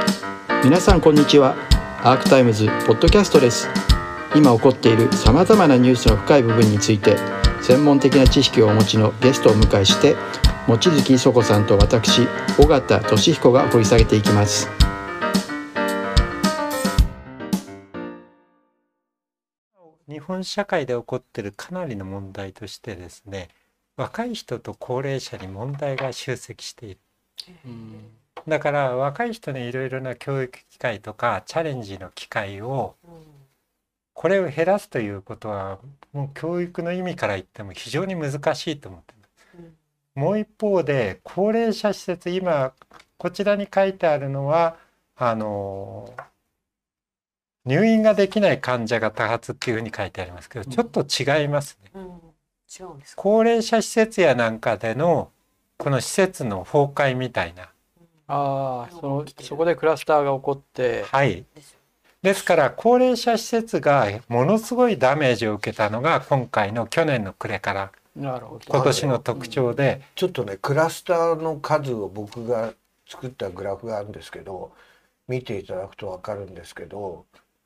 皆さんこんにちは。アークタイムズポッドキャストです。今起こっているさまざまなニュースの深い部分について専門的な知識をお持ちのゲストをお迎えして望月磯子さんと私尾形俊彦が掘り下げていきます。 日本社会で起こっているかなりの問題としてですね、若い人と高齢者に問題が集積している。だから若い人にいろいろな教育機会とかチャレンジの機会をこれを減らすということはもう教育の意味から言っても非常に難しいと思っています。もう一方で高齢者施設、今こちらに書いてあるのは入院ができない患者が多発っていうふうに書いてありますけど、ちょっと違いますね。 違うんですか。 高齢者施設やなんかでのこの施設の崩壊みたいな、 そこでクラスターが起こって、 はい、ですから高齢者施設がものすごいダメージを受けたのが今回の去年の暮れから今年の特徴で、 ちょっとねクラスターの数を僕が作ったグラフがあるんですけど、見ていただくと分かるんですけど、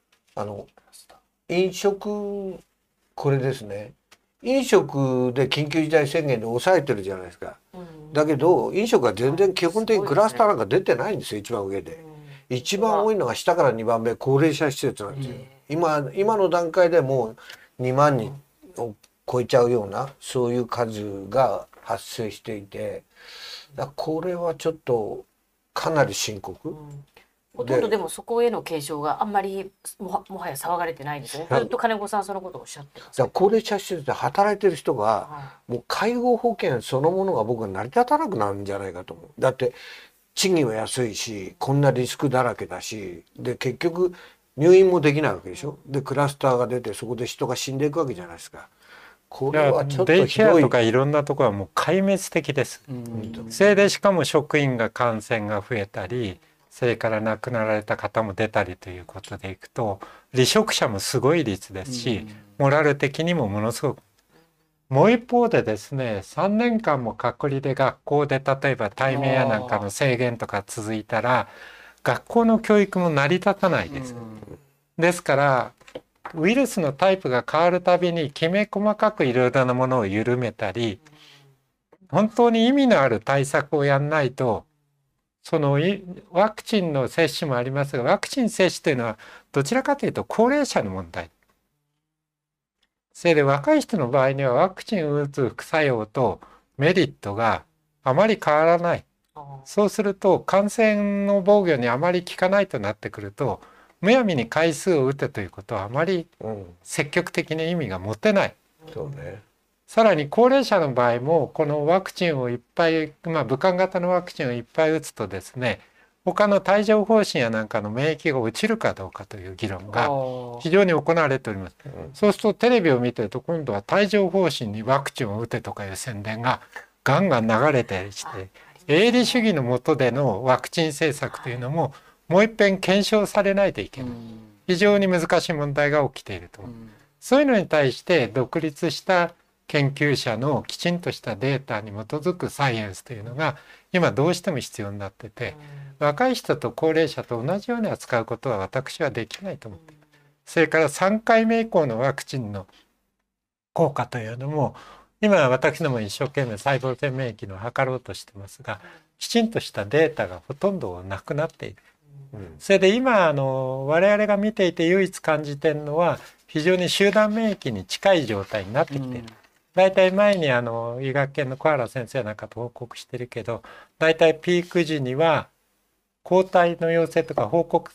飲食、これですね、飲食で緊急事態宣言で抑えてるじゃないですか。だけど飲食は全然基本的にクラスターなんか出てないんですよ。一番上で一番多いのが下から2番目高齢者施設なんですよ。今の段階でもう2万人を超えちゃうようなそういう数が発生していて、これはちょっとかなり深刻。 ほとんどでもそこへの警鐘があんまりもはや騒がれてないですよね。ずっと金子さんそのことをおっしゃってます。 高齢者施設で働いてる人がもう介護保険そのものが僕は成り立たなくなるんじゃないかと思う。だって賃金は安いしこんなリスクだらけだし、で結局入院もできないわけでしょ。でクラスターが出てそこで人が死んでいくわけじゃないですか。これはちょっとひどい。 デイケアとかいろんなところはもう壊滅的です。それでしかも職員が感染が増えたり、それから亡くなられた方も出たりということでいくと離職者もすごい率ですし、モラル的にもものすごく。もう一方でですね、3年間も隔離で学校で例えば対面やなんかの制限とか続いたら学校の教育も成り立たないです。ですからウイルスのタイプが変わるたびにきめ細かくいろいろなものを緩めたり、本当に意味のある対策をやんないと、そのワクチンの接種もありますが、ワクチン接種というのはどちらかというと高齢者の問題。それで若い人の場合にはワクチンを打つ副作用とメリットがあまり変わらない。そうすると感染の防御にあまり効かないとなってくると、むやみに回数を打てということはあまり積極的な意味が持てない。 そうね。 さらに高齢者の場合もこのワクチンをいっぱい、武漢型のワクチンをいっぱい打つとですね、他の帯状疱疹やなんかの免疫が落ちるかどうかという議論が非常に行われております。そうするとテレビを見てると今度は帯状疱疹にワクチンを打てとかいう宣伝がガンガン流れたりして、営利主義の下でのワクチン政策というのももう一遍検証されないといけない。非常に難しい問題が起きていると思う。そういうのに対して独立した研究者のきちんとしたデータに基づくサイエンスというのが今どうしても必要になってて、若い人と高齢者と同じように扱うことは私はできないと思っています。それから3回目以降のワクチンの効果というのも今私ども一生懸命細胞性免疫を測ろうとしてますが、きちんとしたデータがほとんどなくなっている。それで今我々が見ていて唯一感じているのは非常に集団免疫に近い状態になってきている。だいたい前に医学研の小原先生なんかと報告してるけど、だいたいピーク時には抗体の陽性とか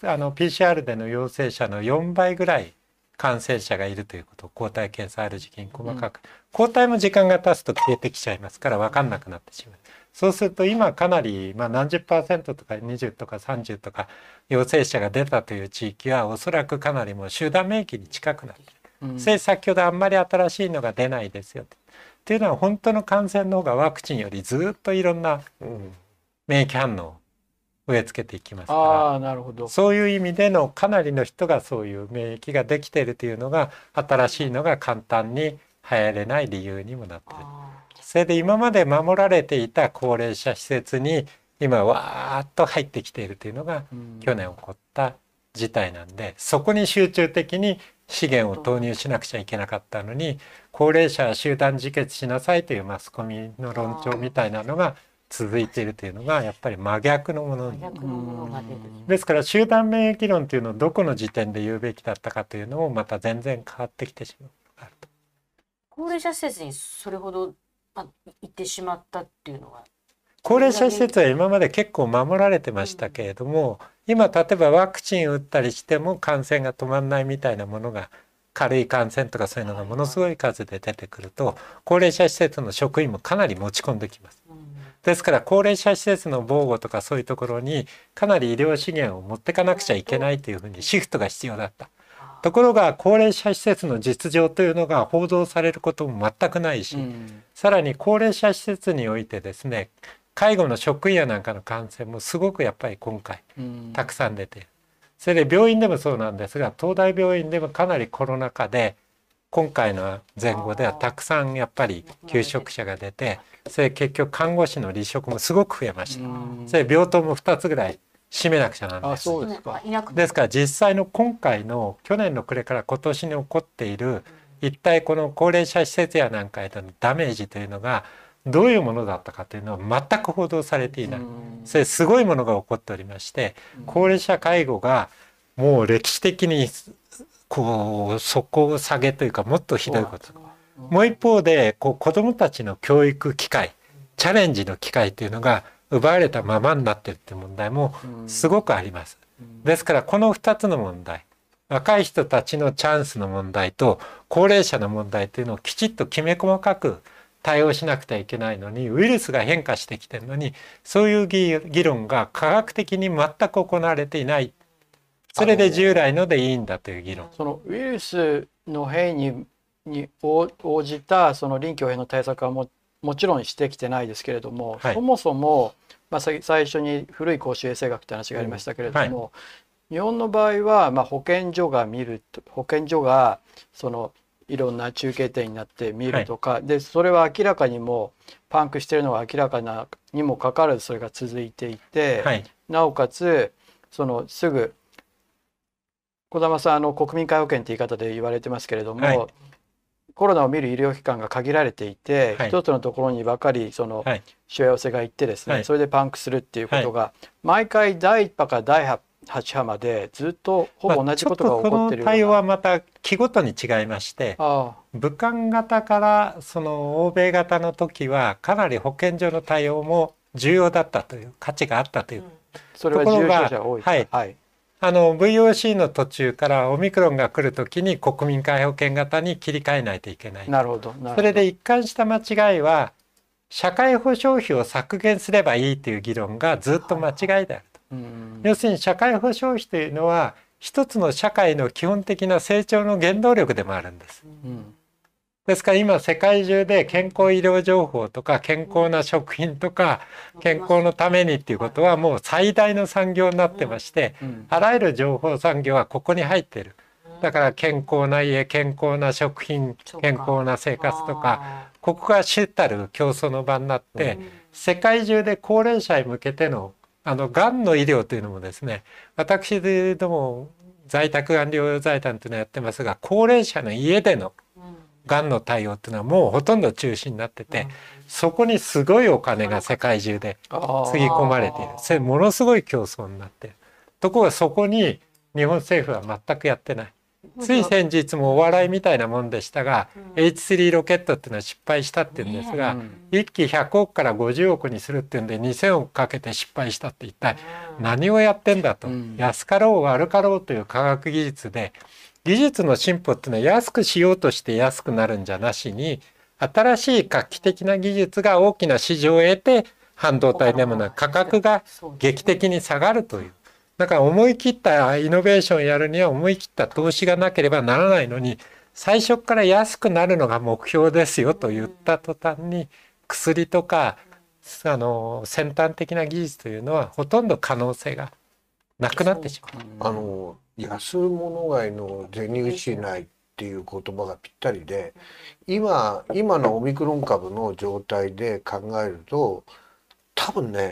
PCR での陽性者の4倍ぐらい感染者がいるということを抗体検査ある時期に細かく、抗体も時間が経つと消えてきちゃいますから分かんなくなってしまう。そうすると今かなり、何十%とか20とか30とか陽性者が出たという地域はおそらくかなりもう集団免疫に近くなっている。それ先ほどあんまり新しいのが出ないですよっていうのは本当の感染の方がワクチンよりずっといろんな免疫反応を植え付けていきますから、そういう意味でのかなりの人がそういう免疫ができているというのが新しいのが簡単に流行れない理由にもなっている。それで今まで守られていた高齢者施設に今わーっと入ってきているというのが去年起こった事態なんで、そこに集中的に資源を投入しなくちゃいけなかったのに、高齢者は集団自決しなさいというマスコミの論調みたいなのが続いているというのがやっぱり真逆のものですから、集団免疫論というのをどこの時点で言うべきだったかというのもまた全然変わってきてしまう。 高齢者施設にそれほど行ってしまったっていうのは、 高齢者施設は今まで結構守られてましたけれども、今例えばワクチン打ったりしても感染が止まらないみたいなものが、軽い感染とかそういうのがものすごい数で出てくると、高齢者施設の職員もかなり持ち込んできます。ですから高齢者施設の防護とかそういうところにかなり医療資源を持ってかなくちゃいけないというふうにシフトが必要だった。ところが高齢者施設の実情というのが報道されることも全くないし、さらに高齢者施設においてですね、介護の職員やなんかの感染もすごくやっぱり今回たくさん出ている。それで病院でもそうなんですが、東大病院でもかなりコロナ禍で今回の前後ではたくさんやっぱり休職者が出て、それ結局看護師の離職もすごく増えました。それ病棟も2つぐらい閉めなくちゃなんない。 そうですか。 ですから実際の今回の去年の暮れから今年に起こっている一体この高齢者施設やなんかへのダメージというのがどういうものだったかというのは全く報道されていない。それすごいものが起こっておりまして、高齢者介護がもう歴史的にこう底下げというか、もっとひどいこと。もう一方で子どもたちの教育機会、チャレンジの機会というのが奪われたままになっているという問題もすごくあります。ですからこの2つの問題、若い人たちのチャンスの問題と高齢者の問題というのをきちっときめ細かく対応しなくてはいけないのに、ウイルスが変化してきているのにそういう議論が科学的に全く行われていない。それで従来のでいいんだという議論。 そのウイルスの変異に応じたその臨機応変の対策はもちろんしてきてないですけれども、そもそも、最初に古い公衆衛生学って話がありましたけれども、日本の場合は、保健所がそのいろんな中継点になって見るとか、でそれは明らかにもパンクしているのは明らかなにもかかわらずそれが続いていて、なおかつそのすぐ児玉さん国民皆保険って言い方で言われてますけれども、コロナを見る医療機関が限られていて、一つのところにばかりそのしわ寄せがいってですね、それでパンクするっていうことが、毎回第1波から第8波までずっとほぼ同じことが起こってるような。 この対応はまた期ごとに違いまして、武漢型からその欧米型の時はかなり保健所の対応も重要だったという価値があったという、 それは重症者多いですか。 VOC の途中からオミクロンが来るときに国民皆保険型に切り替えないといけない。 なるほど。 それで一貫した間違いは社会保障費を削減すればいいという議論がずっと間違いであると。要するに社会保障費というのは一つの社会の基本的な成長の原動力でもあるんです。ですから今世界中で健康医療情報とか健康な食品とか健康のためにっていうことはもう最大の産業になってまして、あらゆる情報産業はここに入っている。だから健康な家、健康な食品、健康な生活とか、ここが主たる競争の場になって、世界中で高齢者へ向けてのがんの医療というのもですね、私ども在宅がん療養財団というのをやってますが、高齢者の家でのがんの対応っていうのはもうほとんど中心になってて、そこにすごいお金が世界中でつぎ込まれている。それものすごい競争になっている。ところがそこに日本政府は全くやってない。つい先日もお笑いみたいなもんでしたが、H3 ロケットっていうのは失敗したっていうんですが、1機100億から50億にするっていうんで2000億かけて失敗したって一体何をやってんだと。安かろう悪かろうという科学技術で、技術の進歩っていうのは安くしようとして安くなるんじゃなしに、新しい画期的な技術が大きな市場を得て半導体でもなく価格が劇的に下がるという。だから思い切ったイノベーションをやるには思い切った投資がなければならないのに、最初から安くなるのが目標ですよと言った途端に、薬とか先端的な技術というのはほとんど可能性がなくなってしまう。 安物買いの銭失いっていう言葉がぴったりで、今のオミクロン株の状態で考えると多分ね、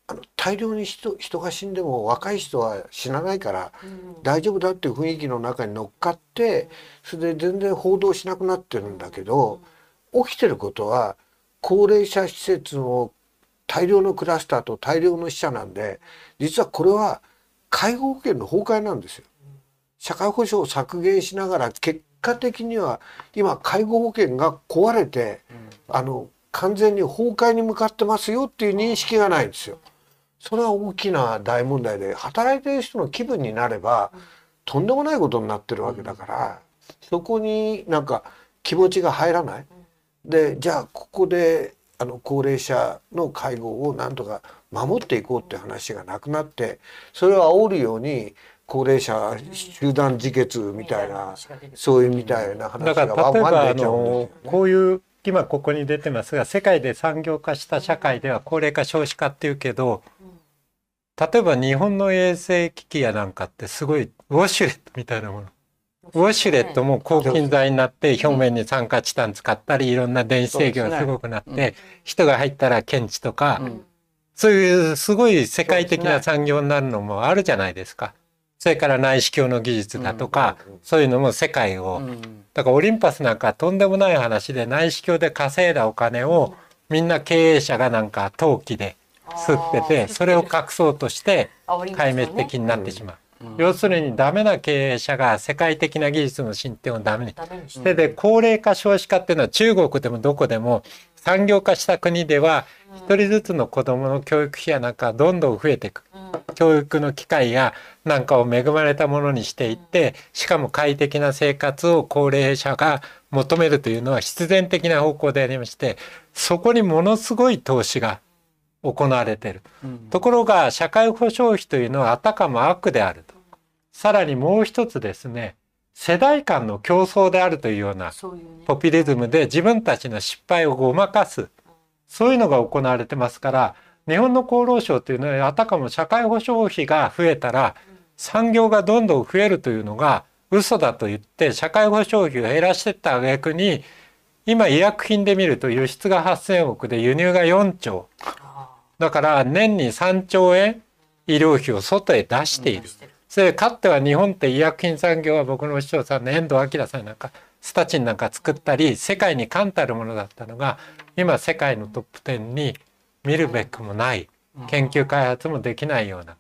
大量に人が死んでも若い人は死なないから大丈夫だっていう雰囲気の中に乗っかってそれで全然報道しなくなってるんだけど、起きてることは高齢者施設の大量のクラスターと大量の死者なんで、実はこれは介護保険の崩壊なんですよ。社会保障を削減しながら結果的には今介護保険が壊れて完全に崩壊に向かってますよっていう認識がないんですよ。それは大きな大問題で、働いてる人の気分になればとんでもないことになってるわけだから、そこになんか気持ちが入らない。でじゃあここで高齢者の介護をなんとか守っていこうって話がなくなって、それを煽るように高齢者集団自決みたいな、そういうみたいな話がだから例えばこういう今ここに出てますが、世界で産業化した社会では高齢化少子化っていうけど、例えば日本の衛生機器やなんかってすごいウォシュレットみたいなもの、ウォシュレットも抗菌剤になって表面に酸化チタン使ったりいろんな電子制御がすごくなって人が入ったら検知とかそういうすごい世界的な産業になるのもあるじゃないですか。それから内視鏡の技術だとかそういうのも世界を、だからオリンパスなんかとんでもない話で内視鏡で稼いだお金をみんな経営者がなんか投機で吸ってて、それを隠そうとして壊滅的になってしまう。要するにダメな経営者が世界的な技術の進展をダメにして、で高齢化少子化っていうのは中国でもどこでも産業化した国では一人ずつの子どもの教育費やなんかどんどん増えていく、教育の機会やなんかを恵まれたものにしていって、しかも快適な生活を高齢者が求めるというのは必然的な方向でありまして、そこにものすごい投資が行われている、ところが社会保障費というのはあたかも悪であると。さらにもう一つですね、世代間の競争であるというようなポピュリズムで自分たちの失敗をごまかす、そういうのが行われてますから、日本の厚労省というのはあたかも社会保障費が増えたら産業がどんどん増えるというのが嘘だと言って社会保障費を減らしていった挙句に、今医薬品で見ると輸出が8000億で輸入が4兆だから年に3兆円医療費を外へ出している。それかつては日本って医薬品産業は僕のお師匠さんの遠藤彰さんなんかスタチンなんか作ったり世界に冠たるものだったのが、今世界のトップ10に見るべくもない研究開発もできないような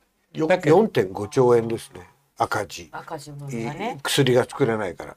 4.5 兆円ですね、赤字分がね、薬が作れないから。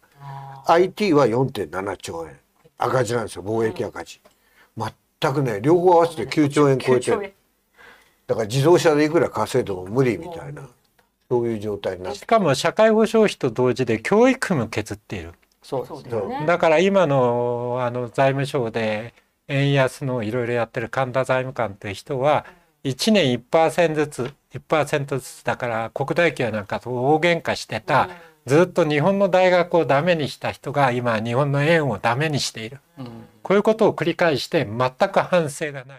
IT は 4.7 兆円赤字なんですよ、貿易赤字。全くね、両方合わせて9兆円超えてる。だから自動車でいくら稼いでも無理みたいな、そういう状態になって、 しかも社会保障費と同時で教育費も削っている。 そうですね。 だから今の財務省で円安のいろいろやってる神田財務官という人は1年 1% ずつだから、国大企業なんかと大喧嘩してた、ずっと日本の大学をダメにした人が今日本の円をダメにしている、こういうことを繰り返して全く反省がない。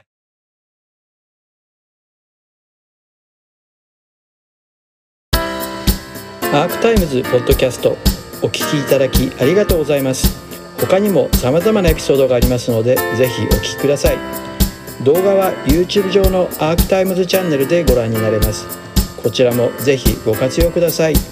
アークタイムズポッドキャストお聞きいただきありがとうございます。他にも様々なエピソードがありますのでぜひお聞きください。動画は YouTube 上のアークタイムズチャンネルでご覧になれます。こちらもぜひご活用ください。